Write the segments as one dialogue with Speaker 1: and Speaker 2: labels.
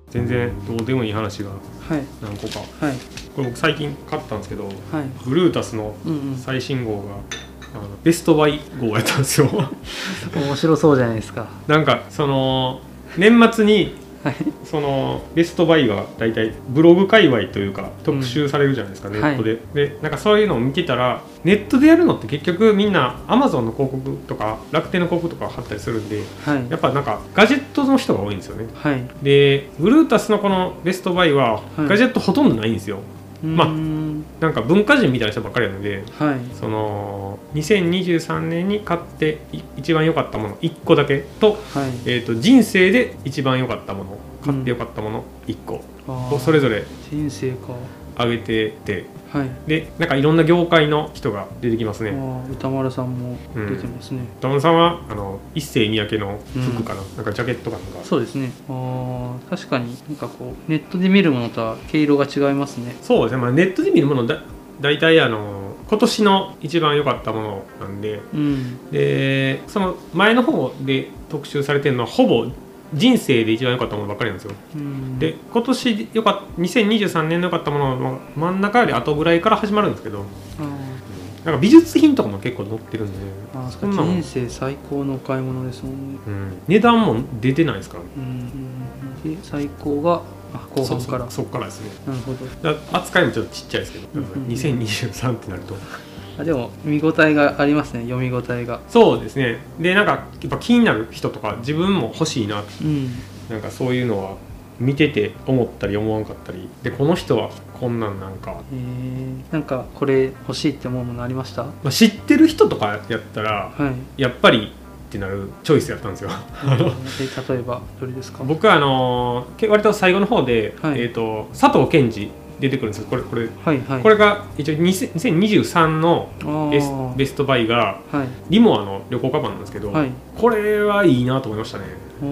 Speaker 1: 全然どうでもいい話が
Speaker 2: はい
Speaker 1: 何個か、
Speaker 2: はい
Speaker 1: これ僕最近買ったんですけど、
Speaker 2: はい
Speaker 1: ブルータスの
Speaker 2: うんうん
Speaker 1: 最新号が、ベストバイ号やったんですよ
Speaker 2: 面白そうじゃないですか。
Speaker 1: なんかその年末に
Speaker 2: はい
Speaker 1: そのベストバイが大体ブログ界隈というか特集されるじゃないですか、ネットで、
Speaker 2: は
Speaker 1: でなんかそういうのを見てたら、ネットでやるのって結局みんな Amazon の広告とか楽天の広告とか貼ったりするんで、
Speaker 2: はい
Speaker 1: やっぱなんかガジェットの人が多いんですよね。
Speaker 2: はい
Speaker 1: でブルータスのこのベストバイは
Speaker 2: はい
Speaker 1: ガジェットほとんどないんですよ、まあ
Speaker 2: うーん
Speaker 1: なんか文化人みたいな人ばっかりなので、
Speaker 2: はい
Speaker 1: その2023年に買って一番良かったもの1個だけと、
Speaker 2: はい
Speaker 1: 人生で一番良かったもの、買って良かったもの1個
Speaker 2: あー
Speaker 1: をそれぞれ
Speaker 2: 人生か。
Speaker 1: あげてて、
Speaker 2: はい
Speaker 1: でなんかいろんな業界の人が出てきますね。
Speaker 2: あー歌丸さんも出てますね。
Speaker 1: 田村さんは一世三宅の服かな、なんかジャケットかなんか。
Speaker 2: そうですね。あー確かになんかこうネットで見るものとは毛色が違いますね。
Speaker 1: そうですね、まあ、ネットで見るものだいたい今年の一番良かったものなんで、
Speaker 2: うん
Speaker 1: でその前の方で特集されてるのはほぼ人生で一番良かったものばっかりなんですよ。
Speaker 2: うん
Speaker 1: で今年2023年の良かったものの真ん中より後ぐらいから始まるんですけど、なんか美術品とかも結構載ってるんで、
Speaker 2: あ
Speaker 1: そんなの
Speaker 2: 人生最高のお買い物ですもんね。
Speaker 1: 値段も出てないですからね。
Speaker 2: で最高が後半から
Speaker 1: そっからですね。
Speaker 2: なるほど。
Speaker 1: だから扱いもちょっとちっちゃいですけど、2023ってなると
Speaker 2: でも見応えがありますね、読み応えが。
Speaker 1: そうですね。でなんかやっぱ気になる人とか自分も欲しいな、なんかそういうのは見てて思ったり思わんかったりで、この人はこんなんなんか、
Speaker 2: なんかこれ欲しいって思うものありました？
Speaker 1: まあ、知ってる人とかやったら、
Speaker 2: はい
Speaker 1: やっぱりってなるチョイスやったんですよ
Speaker 2: 例えばどれですか？
Speaker 1: 僕は割と最後の方で、
Speaker 2: はい
Speaker 1: 佐藤健二出てくるんですよ。これ
Speaker 2: はいはい
Speaker 1: これが一応2023のベストバイが
Speaker 2: はい
Speaker 1: リモアの旅行カバンなんですけど、
Speaker 2: はい
Speaker 1: これはいいなと思いましたね。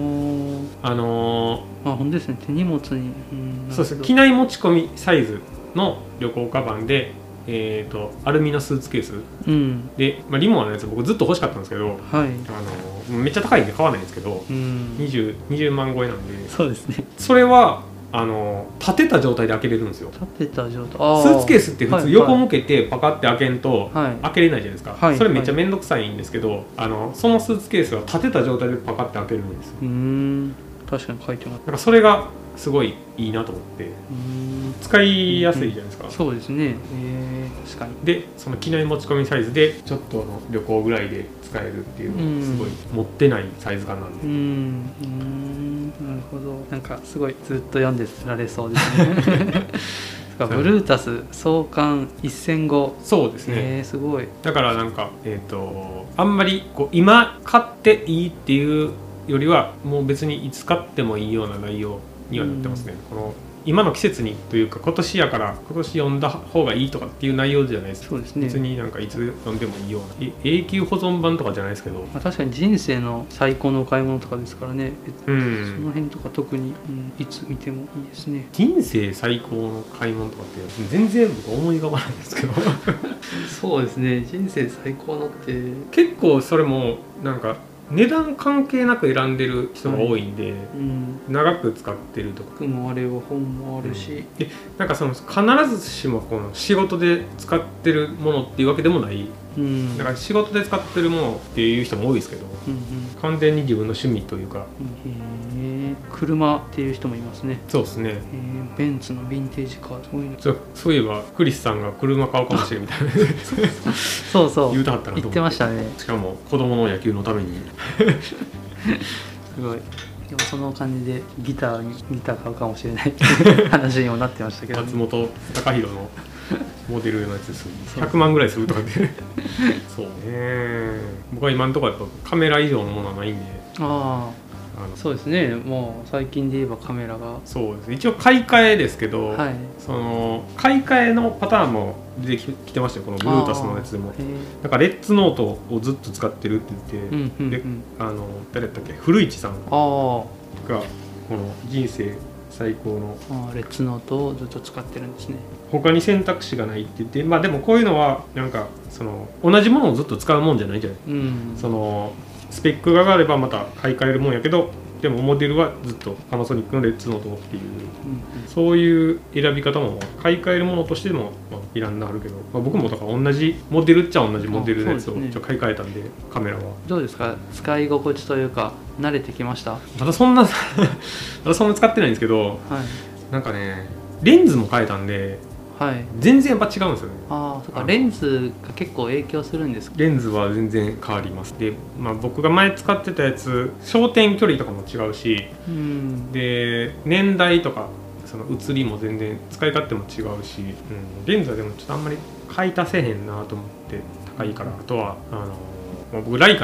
Speaker 2: 本当ですね、手荷物に、
Speaker 1: そうです。機内持ち込みサイズの旅行カバンで、アルミのスーツケース、で、リモアのやつ僕ずっと欲しかったんですけど、めっちゃ高いんで買わないんですけど、20万超えなんで、
Speaker 2: そうですね。
Speaker 1: それは立てた状態で開けれるんですよ。
Speaker 2: 立てた状態。
Speaker 1: スーツケースって普通横向けてパカって開けんと
Speaker 2: はい
Speaker 1: 開けれないじゃないですか、
Speaker 2: はい
Speaker 1: それめっちゃ面倒くさいんですけど、そのスーツケースは立てた状態でパカって開けるんですよ。
Speaker 2: 確かに書いてます。
Speaker 1: なんかそれがすごいいいなと思って、使いやすいじゃないですか、
Speaker 2: そうですね。確かに。
Speaker 1: でその機内持ち込みサイズでちょっと旅行ぐらいで使えるっていうのをすごい持ってないサイズ感なんで、
Speaker 2: なるほど。なんかすごいずっと読んでられそうですねブルータス創刊1000号。
Speaker 1: そうですね、
Speaker 2: すごい。だ
Speaker 1: からなんかあんまりこう今買っていいっていうよりはもう別にいつ買ってもいいような内容にはなってますね、この今の季節にというか今年やから今年読んだ方がいいとかっていう内容じゃないです。
Speaker 2: そうですね。
Speaker 1: 別になんかいつ読んでもいいような永久保存版とかじゃないですけど、
Speaker 2: 確かに人生の最高のお買い物とかですからね、その辺とか特に、いつ見てもいいですね。
Speaker 1: 人生最高の買い物とかって全然僕思い浮かばないんですけど
Speaker 2: そうですね、人生最高のって
Speaker 1: 結構それもなんか値段関係なく選んでる人が多いんで、長く使ってるとか、
Speaker 2: 服もあれば本もあるし、
Speaker 1: でなんかその必ずしもこの仕事で使ってるものっていうわけでもない、だから仕事で使ってるものっていう人も多いですけど、完全に自分の趣味というか、
Speaker 2: 車っていう人もいますね。
Speaker 1: そうですね、
Speaker 2: ベンツのヴィンテージカー、
Speaker 1: そういえばクリスさんが車買うかもしれんみたいな
Speaker 2: そうそう
Speaker 1: 言うたはったなと思って、
Speaker 2: 言ってましたね。
Speaker 1: しかも子供の野球のために
Speaker 2: すごい。でもその感じでギター買うかもしれない話にもなってましたけど、
Speaker 1: 松本隆弘のモデルのやつです。100万ぐらいするとかってそうね。僕は今のところやっぱカメラ以上のものはないんで。
Speaker 2: そうですね。もう最近で言えばカメラが、
Speaker 1: そうです。一応買い替えですけど、その買い替えのパターンも出てきてましたよ、このブルータスのやつでも。なんかレッツノートをずっと使ってるって言って、で誰だったっけ、古市さんがこの人生最高の
Speaker 2: レッツノートをずっと使ってるんですね。
Speaker 1: 他に選択肢がないって言って、でもこういうのはなんかその同じものをずっと使うもんじゃないじゃない、そのスペックが上がればまた買い替えるもんやけど、 でもモデルはずっとパナソニックのレッツノートっていう、そういう選び方も買い替えるものとしても、いらんなあるけど、僕もだから同じモデルっちゃ同じモデルのやつを買い替えたんで、カメラは
Speaker 2: どうですか、使い心地というか慣れてきました？
Speaker 1: まだそんな使ってないんですけど、なんかねレンズも変えたんで、全然やっぱ違うんですよね。
Speaker 2: そうか、レンズが結構影響するんですか？
Speaker 1: レンズは全然変わります。で、僕が前使ってたやつ焦点距離とかも違うし、で年代とかその写りも全然使い勝手も違うし、レンズはでもちょっとあんまり買い足せへんなと思って、高いから。あとは僕ライカ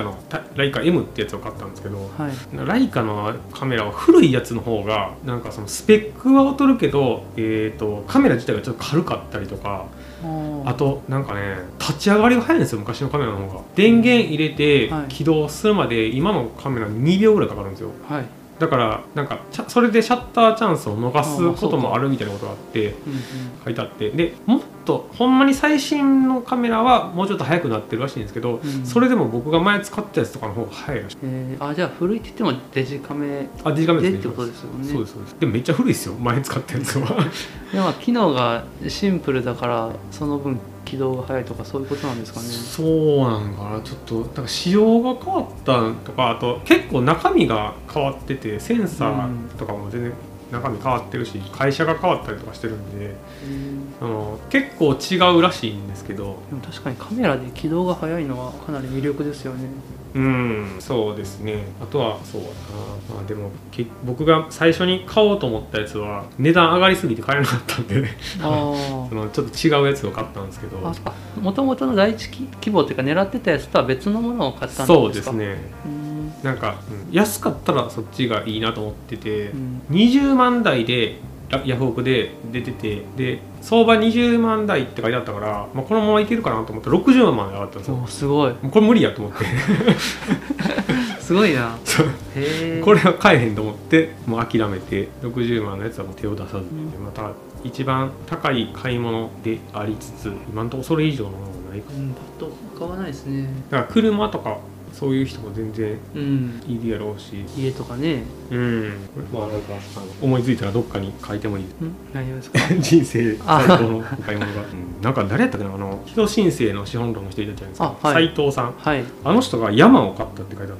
Speaker 1: M ってやつを買ったんですけど、ライカのカメラは古いやつの方がなんかそのスペックは劣るけど、カメラ自体がちょっと軽かったりとか、あとなんかね立ち上がりが早いんですよ、昔のカメラの方が。電源入れて起動するまで今のカメラ2秒ぐらいかかるんですよ。だからなんかそれでシャッターチャンスを逃すこともあるみたいなことがあって書いてあって、でもっとほんまに最新のカメラはもうちょっと速くなってるらしいんですけど、それでも僕が前使ったやつとかの方が速いらしい。
Speaker 2: じゃあ古いって言ってもデジカメでってことですよね。
Speaker 1: そうです。でもめっちゃ古いですよ、前使ったやつは。
Speaker 2: でも機能がシンプルだからその分起動が早いとかそういうことなんですかね。
Speaker 1: そうなんかな、ちょっとだから仕様が変わったとか、あと結構中身が変わってて、センサーとかも全然中身変わってるし、会社が変わったりとかしてるんで、結構違うらしいんですけど。
Speaker 2: でも確かにカメラで起動が早いのはかなり魅力ですよね。
Speaker 1: そうですね。あとはそうだな、でも僕が最初に買おうと思ったやつは値段上がりすぎて買えなかったんでそのちょっと違うやつを買ったんですけど、
Speaker 2: もともとの第一希望っていうか狙ってたやつとは別のものを買ったんですか？そう
Speaker 1: ですね。なんか、安かったらそっちがいいなと思ってて、20万台でヤフオクで出てて、で相場20万台って書いてあったから、このままいけるかなと思って60万まで上がったんですよ。
Speaker 2: すごい。
Speaker 1: これ無理やと思って
Speaker 2: すごいな。
Speaker 1: これは買えへんと思ってもう諦めて、60万のやつはもう手を出さず、また一番高い買い物でありつつ、今のところそれ以上のものがないか
Speaker 2: パッと買わないですね。
Speaker 1: だから車とかそういう人も全然いるやろうし、
Speaker 2: 家とかね。
Speaker 1: なんか思いついたらどっかに書いてもいい。
Speaker 2: 何ですか？
Speaker 1: 人生最高のお買い物が。なんか誰やったっけな、人申請の資本論の人いたじゃないですか、斉藤さん。あの人が山を買ったって書いてあって、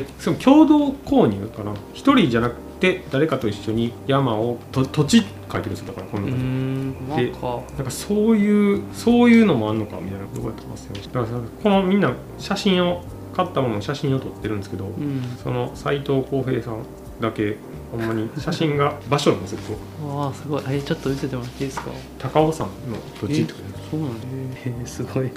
Speaker 1: それも共同購入かな、一人じゃなくて誰かと一緒に山を土地書いてるんですよ。だからこのでなんかそういうのもあんのかみたいな、どうやってますよ。だからこのみんな写真を買ったものの写真を撮ってるんですけど、その斉藤浩平さんだけほんまに写真が場所なんですよ。
Speaker 2: すごい。ちょっと見せてもらっていいですか？
Speaker 1: 高尾山の土地って
Speaker 2: そうなんです。すごい。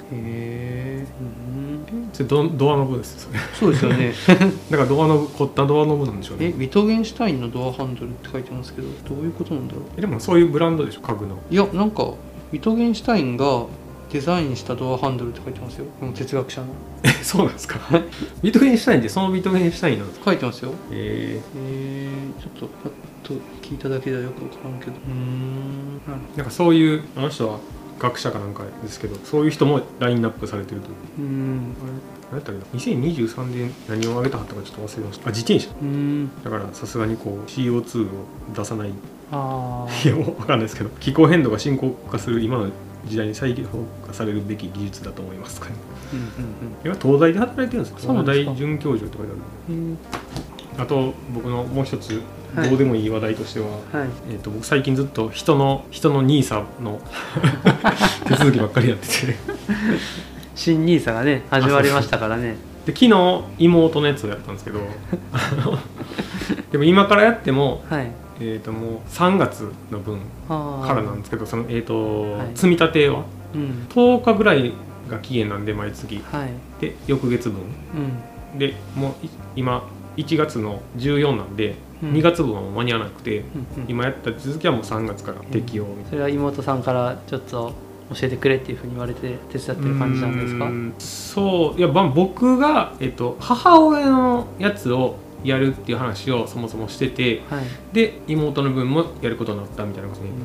Speaker 1: ドアノブです。
Speaker 2: そうですよね。
Speaker 1: だから凝ったドアノブなんでしょうね。
Speaker 2: ビトゲンシュタインのドアハンドルって書いてますけど、どういうことなんだろう。
Speaker 1: でもそういうブランドでしょ、家具の。
Speaker 2: いや、なんかビトゲンシュタインがデザインしたドアハンドルって書いてますよ。哲学者の。
Speaker 1: そうなんですか。ビトゲンシュタインってそのビトゲンシュタインなんですか？
Speaker 2: 書いてますよ。ちょっとパッと聞いただけではよく分からんけど。
Speaker 1: なんかそういうあの人は学者かなんかですけど、そういう人もラインナップされてると。何やったっけな、2023年何を上げたかったかちょっと忘れました。自転車。だからさすがにこう CO2 を出さない。いや分かんないですけど、気候変動が深刻化する今の時代に再評価されるべき技術だと思いますかね。今東大で働いてるんですよ。東大准教授とかである。あと僕のもう一つどうでもいい話題としては、僕最近ずっと人の NISA の手続きばっかりやってて
Speaker 2: 新 NISA がね始まりましたからね。
Speaker 1: で昨日妹のやつをやったんですけどでも今からやっても、もう3月の分からなんですけど、その積み立ては10日ぐらいが期限なんで、毎月、で翌月分、でもう今1月の14なんで、2月分は間に合わなくて、今やった手続きはもう3月から適用みたいな。
Speaker 2: それは妹さんからちょっと教えてくれっていうふうに言われて手伝ってる感じなんですか？
Speaker 1: そう、いや僕が、母親のやつをやるっていう話をそもそもしてて、で妹の分もやることになったみたいなことね。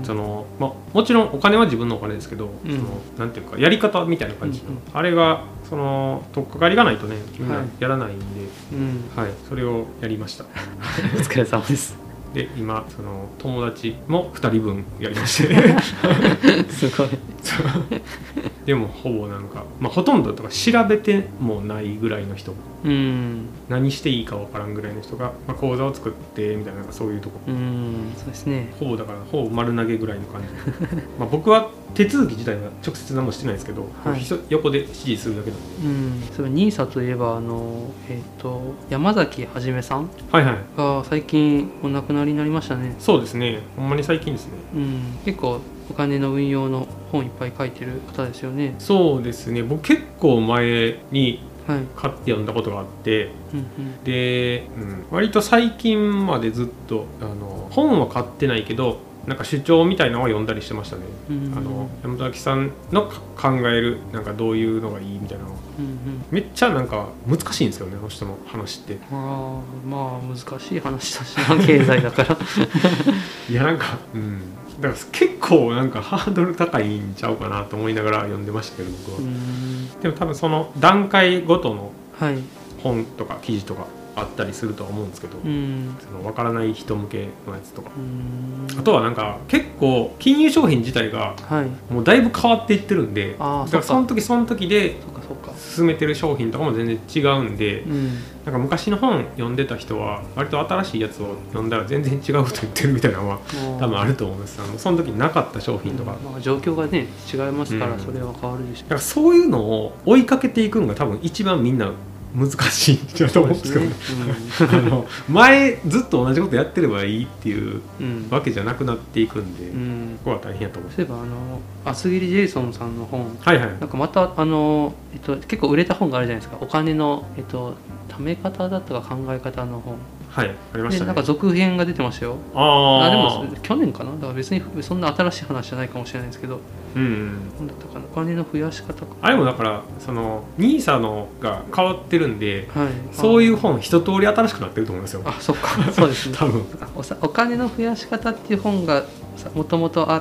Speaker 1: そのもちろんお金は自分のお金ですけど、そのなんていうかやり方みたいな感じの、あれがその取っかかりがないとねみんなやらないんで、はい、それをやりました。
Speaker 2: お疲れ様です。
Speaker 1: で今その友達も2人分やりまして
Speaker 2: すごい
Speaker 1: でもほぼなんか、ほとんどとか調べてもないぐらいの人、何していいか分からんぐらいの人が、講座を作ってみたいな、そういうとこ、
Speaker 2: そうですね、
Speaker 1: ほぼだからほぼ丸投げぐらいの感じ僕は手続き自体は直接何もしてないですけど、横で指示するだけなんで。
Speaker 2: それ NISA といえば山崎はじめさんが最近お亡くなりになりましたね。
Speaker 1: そうですね、ほんまに最近ですね。
Speaker 2: 結構お金の運用の本いっぱい書いてる方ですよね。
Speaker 1: そうですね、僕結構前に買って読んだことがあって、で、割と最近までずっと本は買ってないけどなんか主張みたいなのは読んだりしてましたね。山崎さんの考えるなんかどういうのがいいみたいなの、めっちゃなんか難しいんですよね、この人の話って。
Speaker 2: 難しい話だしな、経済だから
Speaker 1: いやなんかだから結構なんかハードル高いんちゃうかなと思いながら読んでましたけど、僕は。でも多分その段階ごとの本とか記事とかあったりするとは思うんですけど、その分からない人向けのやつとか、あとはなんか結構金融商品自体がもうだいぶ変わっていってるんで、だからその時その時で進めてる商品とかも全然違うんで、なんか昔の本読んでた人は割と新しいやつを読んだら全然違うこと言ってるみたいなのは多分あると思うんです。その時なかった商品とか、
Speaker 2: 状況がね違いますから、それは変わるでしょう。
Speaker 1: だからそういうのを追いかけていくのが多分一番みんな難しいんだと思うんですけどね。前ずっと同じことやってればいいっていうわけじゃなくなっていくんで、ここは大変やと思う。
Speaker 2: そういえば厚切りジェイソンさんの本、なんかまた結構売れた本があるじゃないですか。お金の貯め方だったか考え方の本。
Speaker 1: ありましたね。
Speaker 2: でなんか続編が出てましたよ。でも去年かな。だから別にそんな新しい話じゃないかもしれないですけど、何だったかな、お金の増やし方か。
Speaker 1: あれもだからその NISA のが変わってるんで、そういう本一通り新しくなってると思いますよ。
Speaker 2: そっか、そうですね。
Speaker 1: 多分
Speaker 2: お金の増やし方っていう本がもともとあって、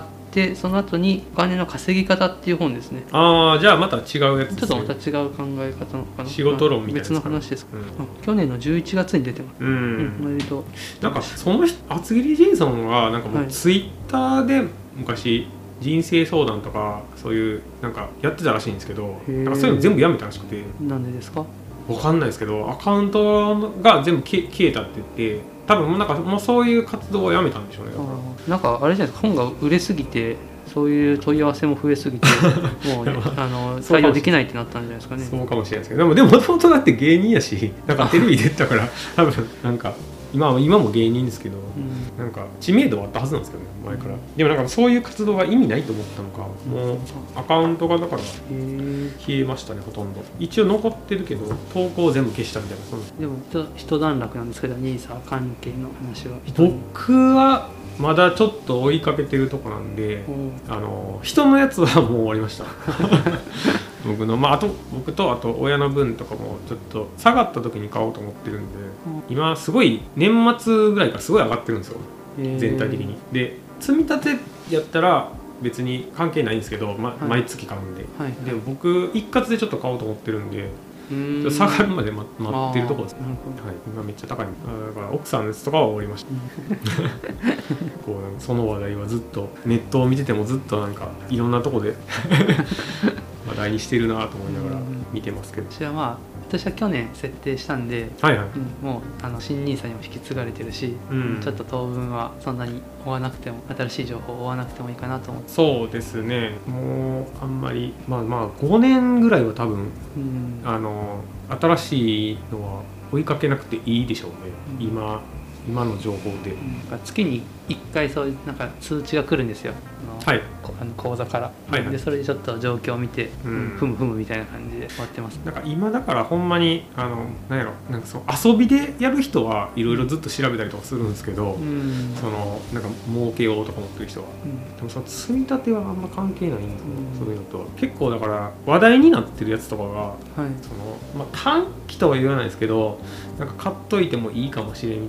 Speaker 2: その後にお金の稼ぎ方っていう本ですね。
Speaker 1: じゃあまた違うやつですね。
Speaker 2: ちょっとまた違う考え方のかな。
Speaker 1: 仕事論みたいな
Speaker 2: 別の話です。去年の11月に出てます。割と
Speaker 1: なんかその厚切りジェイソンはなんかもうツイッターで昔人生相談とかそういうなんかやってたらしいんですけど、なんかそういうの全部やめたらしくて。
Speaker 2: なんでですか？
Speaker 1: わかんないですけど、アカウントが全部消えたって言って、多分なんかもうそういう活動をやめたんでしょうね。
Speaker 2: なんかあれじゃないですか、本が売れすぎてそういう問い合わせも増えすぎてもう、採用できないってなったんじゃないですかね。
Speaker 1: そうかもしれないですけど、でももともとだって芸人やし、なんかテレビ出てたから多分なんか今も芸人ですけど、なんか知名度はあったはずなんですけどね、前から。でもなんかそういう活動が意味ないと思ったのか、もうアカウントがだから消えましたね、ほとんど。一応残ってるけど投稿全部消したみたいな。
Speaker 2: でも一段落なんですけど、NISA関係の話は。
Speaker 1: 僕はまだちょっと追いかけてるとこなんで、人のやつはもう終わりました僕の僕とあと親の分とかもちょっと下がった時に買おうと思ってるんで、今すごい年末ぐらいからすごい上がってるんですよ、全体的に。で積み立てやったら別に関係ないんですけど、毎月買うんで、でも僕一括でちょっと買おうと思ってるんで、下がるまで待ってるところです。今めっちゃ高い。だから奥さんのやつとかは終わりましたこうその話題はずっとネットを見ててもずっとなんかいろんなとこで話題にしてるなと思いながら見てますけど。
Speaker 2: 私は去年設定したんで、もう新NISAにも引き継がれてるし、ちょっと当分はそんなに追わなくても、新しい情報を追わなくてもいいかなと思って。
Speaker 1: そうですね、もうあんまり5年ぐらいは多分、新しいのは追いかけなくていいでしょうね、今の情報で。
Speaker 2: 月に1回そういうなんか通知が来るんですよ、口座から、でそれでちょっと状況を見て、ふむふむみたいな感じで終わってます。
Speaker 1: なんか今だからほんまになんやろ、なんか遊びでやる人はいろいろずっと調べたりとかするんですけど、なんか儲けようとか思ってる人は、でもその積み立てはあんま関係ないんですね、そういうのと。結構だから話題になってるやつとかが、短期とは言わないですけど、なんか買っといてもいいかもしれんみたいなやつで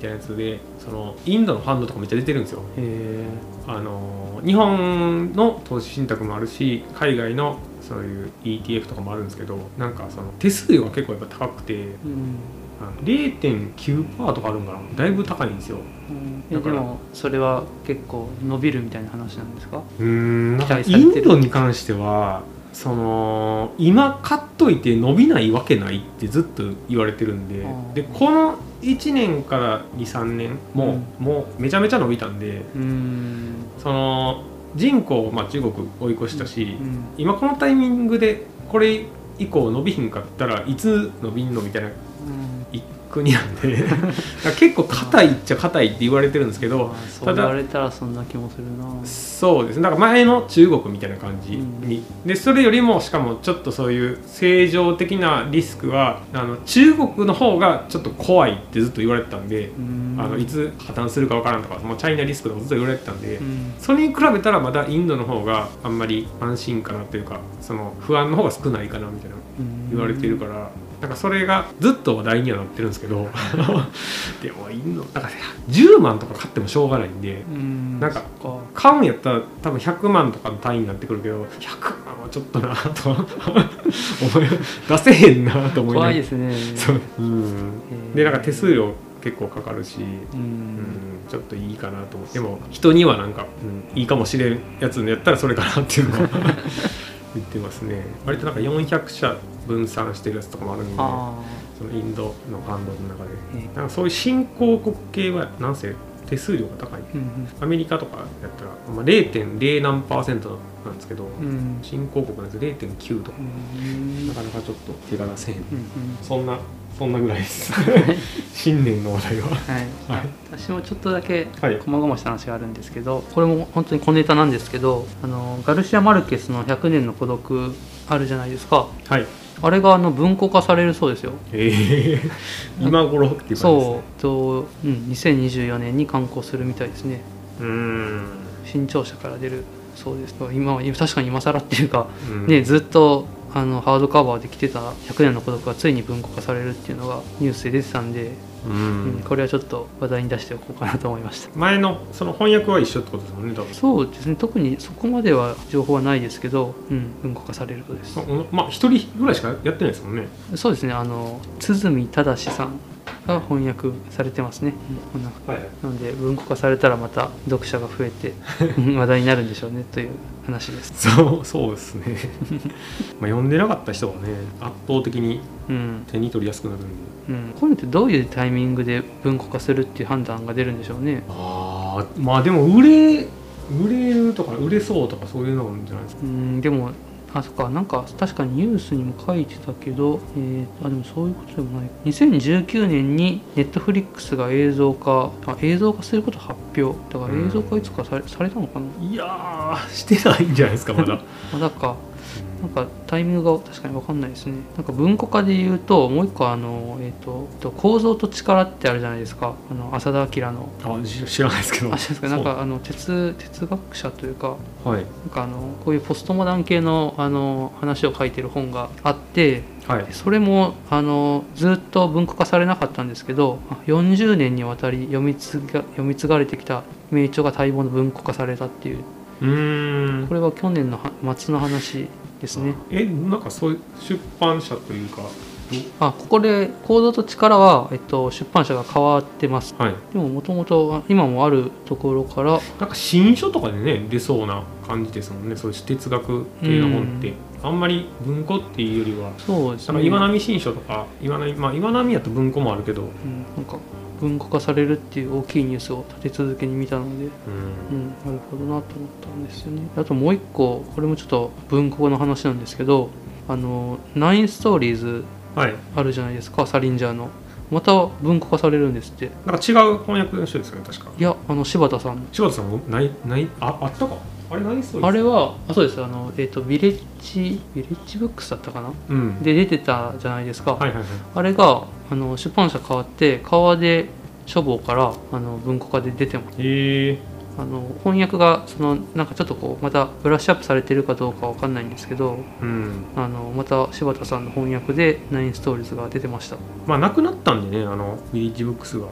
Speaker 1: でそのインドのファンドとかめっちゃ出てるんですよ。日本の投資信託もあるし海外のそういう ETF とかもあるんですけど、なんかその手数料が結構やっぱ高くて、0.9% とかあるんかな、だいぶ高いんですよ。
Speaker 2: でもそれは結構伸びるみたいな話なんですか？
Speaker 1: なんかインドに関してはその今買っといて伸びないわけないってずっと言われてるんで、でこの1年から2、3年もうめちゃめちゃ伸びたんで、その人口、中国追い越したし、今このタイミングでこれ以降伸びひんかったらいつ伸びんのみたいな国なんで結構硬いっちゃ硬いって言われてるんですけど、
Speaker 2: そう言われたらそんな気もするな。
Speaker 1: そうですね、だから前の中国みたいな感じに、でそれよりもしかもちょっとそういう正常的なリスクは中国の方がちょっと怖いってずっと言われてたんで、いつ破綻するかわからんとかもうチャイナリスクとかずっと言われてたんで、それに比べたらまだインドの方があんまり安心かなというか、その不安の方が少ないかなみたいな言われてるから、なんかそれがずっと話題にはなってるんですけどでもいいのなんか10万とか買ってもしょうがないんで、なんか買うんやったら多分100万とかの単位になってくるけど、100万はちょっとなと思い出せへんなと思いながら、
Speaker 2: 怖いですね。
Speaker 1: でなんか手数料結構かかるし、ちょっといいかなと思って、でも人にはなんか、いいかもしれんやつのやったらそれかなっていうのは言ってますね。割となんか400社分散してるやつとかもあるんで、そのインドのファンドの中で、なんかそういう新興国系はなんせ手数料が高い、アメリカとかやったら、0.0 何%なんですけど、新興国のやつ 0.9 とか、なかなかちょっと手が出せへん、そんなぐらいです新年の話題は、
Speaker 2: 私もちょっとだけ細々した話があるんですけど、これも本当に小ネタなんですけど、ガルシア・マルケスの100年の孤独あるじゃないですか。あれが文庫化されるそうですよ。
Speaker 1: 今頃っていう感じですね。
Speaker 2: そう、2024年に刊行するみたいですね。新潮社から出るそうです。確かに今更っていうか、ずっとハードカバーで来てた100年の孤独がついに文庫化されるっていうのがニュースで出てたんで、これはちょっと話題に出しておこうかなと思いました。
Speaker 1: 前のその翻訳は一緒ってことですもんね、多分。
Speaker 2: そうですね、特にそこまでは情報はないですけど、文庫化されるとです。
Speaker 1: 一人ぐらいしかやってないですもんね。
Speaker 2: そうですね、鼓忠さんが翻訳されてますね。なので文庫化されたらまた読者が増えて話題になるんでしょうねという話です。
Speaker 1: そうですね読んでなかった人はね、圧倒的に手に取りやすくなるんで、
Speaker 2: こういうのってどういうタイミングで文庫化するっていう判断が出るんでしょうね。
Speaker 1: でも売れるとか売れそうとかそういうのなんじゃないですか。
Speaker 2: でもそっか、なんか確かにニュースにも書いてたけど、でもそういうことでもない。2019年にネットフリックスが映像化すること発表だから、映像化いつかされたのかな。
Speaker 1: いやーしてないんじゃないですかまだ
Speaker 2: まだか。なんかタイミングが確かに分かんないですね。なんか文庫化で言うともう一個構造と力ってあるじゃないですか。浅田明の。
Speaker 1: 知らないですけど。
Speaker 2: なんか哲学者というか、なんかこういうポストモダン系の話を書いてる本があって、それもずっと文庫化されなかったんですけど、40年にわたり読み継がれてきた名著が待望の文庫化されたっていう。これは去年の末の話ですね。
Speaker 1: なんかそういう出版社というか、
Speaker 2: ここで構造と力は、出版社が変わってます。でももともと今もあるところから、
Speaker 1: なんか新書とかでね出そうな感じですもんね。そういう哲学系の本ってあんまり文庫っていうよりは、
Speaker 2: そうですね、
Speaker 1: 岩波新書とか岩波やと文庫もあるけど、
Speaker 2: なんか文庫化されるっていう大きいニュースを立て続けに見たので、なるほどなと思ったんですよね。あともう一個、これもちょっと文庫の話なんですけど、9ストーリーズあるじゃないですか、サリンジャーの。また文庫化されるんですって。
Speaker 1: なんか違う翻訳の人ですよね、確か。
Speaker 2: いや、柴田さん
Speaker 1: もあったか。あれ何ストーリーズ？
Speaker 2: あれはそうです。ビレッジブックスだったかな、で出てたじゃないですか。あれが出版社変わって川出書房から文庫化で出てます。翻訳がなんかちょっとこうまたブラッシュアップされてるかどうかわかんないんですけど、また柴田さんの翻訳で9ストーリーズが出てました。
Speaker 1: なくなったんでね、ビレッジブックスが。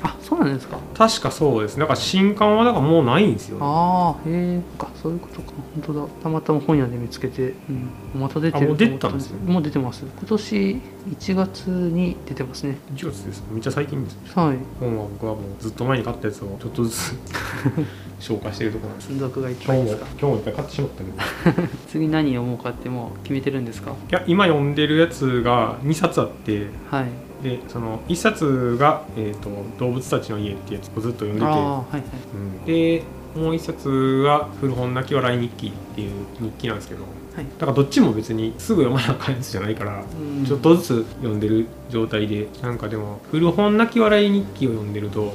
Speaker 2: あ、そうなんですか。
Speaker 1: 確かそうです。だから新刊はだからもうないんですよ、ね、
Speaker 2: ああ、へえ、そういうことか。本当だ、たまたま本屋で見つけて、また出てると思った。
Speaker 1: もう出てたんですね。
Speaker 2: もう出てます。今年1月に出てますね。
Speaker 1: 1月です。めっちゃ最近です、ね。
Speaker 2: はい。
Speaker 1: 本は僕はもうずっと前に買ったやつをちょっとずつ紹介してるところなんです。
Speaker 2: 積読がいっぱいですか。
Speaker 1: 今日もいっぱい買ってしまったけど
Speaker 2: 次何読もうかってもう決めてるんですか。い
Speaker 1: や、今読んでるやつが2冊あって、
Speaker 2: はい。
Speaker 1: でその1冊が、動物たちの家ってやつをずっと読んでて、
Speaker 2: はいはい、
Speaker 1: でもう1冊が古本泣き笑い日記っていう日記なんですけど、
Speaker 2: はい、
Speaker 1: だからどっちも別にすぐ読まなあかんやつじゃないから、ちょっとずつ読んでる状態で、なんかでも古本泣き笑い日記を読んでると、はい、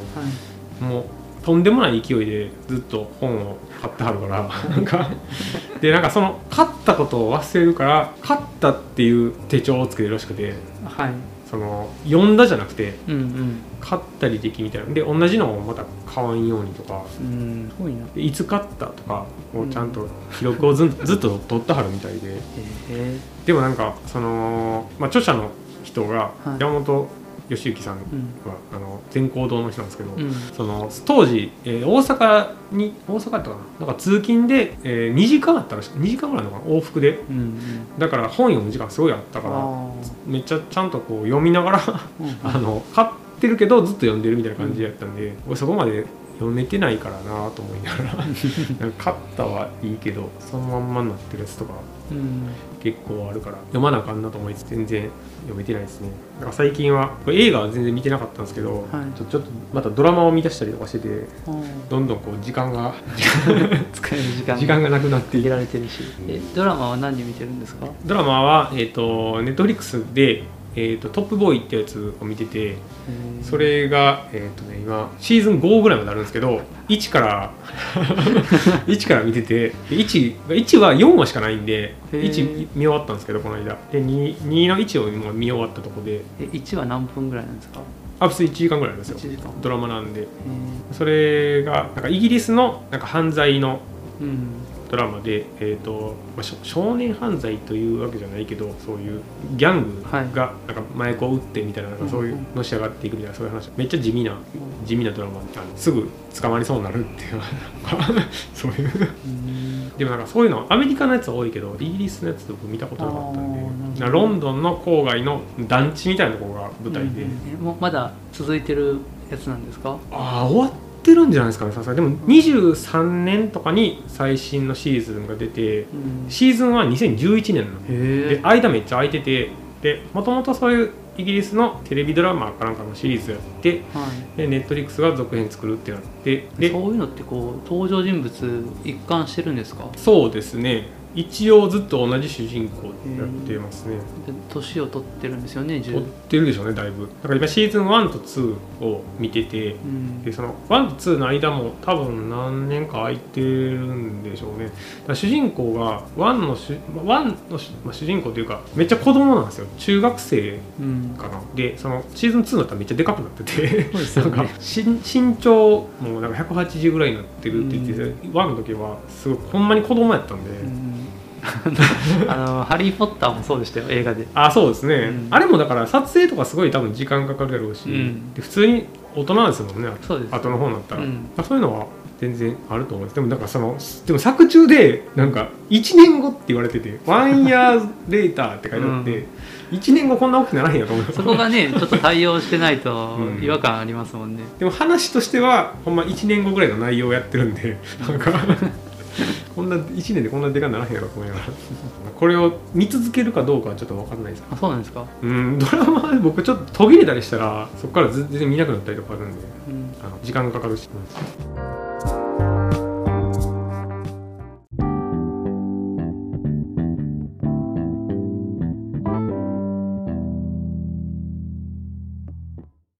Speaker 1: もうとんでもない勢いでずっと本を買ってはるからなんかで、なんかその買ったことを忘れるから買ったっていう手帳をつけてるらしくて、はい、その読んだじゃなくて、買ったりできみたいなで、同じのをまた買わんようにとか、いつ買ったとかをちゃんと記録をずっと取ってはるみたいで、でもなんかその、著者の人が山本義行さんは、全光堂の人なんですけど、その当時、大阪やったかな、なんか通勤で、2時間あったらしい、2時間ぐらいのかな、往復で、だから本読む時間すごいあったから、めっちゃちゃんとこう読みながら買ってるけどずっと読んでるみたいな感じやったんで、俺そこまで読めてないからなと思いながらなんか買ったはいいけどそのまんまになってるやつとか、結構あるから読まなあかんなと思いつつ全然読めてないですね。だから最近は映画は全然見てなかったんですけど、ちょっとまたドラマを見出したりとかしてて、どんどんこう時間が
Speaker 2: 使える時間
Speaker 1: がなくなって
Speaker 2: いられてるし、ドラマは何で見てるんですか？
Speaker 1: ドラマはネットフリックスでトップボーイってやつを見てて、それが、今シーズン5ぐらいまであるんですけど、1から1から見てて、1は4話しかないんで1見終わったんですけどこの間で 2の1を今見終わったとこで。
Speaker 2: 1は何分ぐらいなんですか？
Speaker 1: 普通1時間ぐらいなんですよ、ドラマなんで。それがなんかイギリスのなんか犯罪のドラマで、少年犯罪というわけじゃないけど、そういうギャングがなんか麻薬を撃ってみたいな、なんかそういうのし上がっていくみたいな、そういう話。めっちゃ地味なドラマですぐ捕まりそうになるっていうそういうでもなんかそういうのアメリカのやつは多いけど、イギリスのやつ僕見たことなかったんで、ロンドンの郊外の団地みたいなところが舞台で。
Speaker 2: もうまだ続いてるやつなんですか？
Speaker 1: 終わってるんじゃないですかね、さすがに。でも23年とかに最新のシーズンが出て、シーズンは2011年なので、間めっちゃ空いてて、でもともとそういうイギリスのテレビドラマかなんかのシリーズやって、でネットリックスが続編作るってなって、で
Speaker 2: そういうのってこう登場人物一貫してるんですか？
Speaker 1: そうですね、一応ずっと同じ主人公やってますね。
Speaker 2: 年を取ってるんですよね。
Speaker 1: 取ってるでしょうね、だいぶ。だから今シーズン1と2を見てて、でその1と2の間も多分何年か空いてるんでしょうね。だから主人公が1の主人公というかめっちゃ子供なんですよ、中学生かな。でそのシーズン2になったらめっちゃでかくなっててなんか身長もなんか180ぐらいになってるって言ってて、1の時はすごいほんまに子供やったんで。
Speaker 2: ハリー・ポッターもそうでしたよ、映画で。
Speaker 1: そうですね、あれもだから撮影とかすごい多分時間かかるやろうし、で普通に大人ですもんね、後の方になったら、そういうのは全然あると思います。でもなんかでも作中でなんか1年後って言われてて「1 year later」って書いてあって、1年後こんな大きくならへんやと思います。
Speaker 2: そこがねちょっと対応してないと違和感ありますもんね。
Speaker 1: でも話としてはほんま1年後ぐらいの内容をやってるんで、なんかこんな1年でこんなでかにならへんやろと思いながらこれを見続けるかどうかはちょっと分かんないです。
Speaker 2: そうなんですか？
Speaker 1: ドラマで僕ちょっと途切れたりしたらそこから全然見なくなったりとかあるんで、時間がかかるし。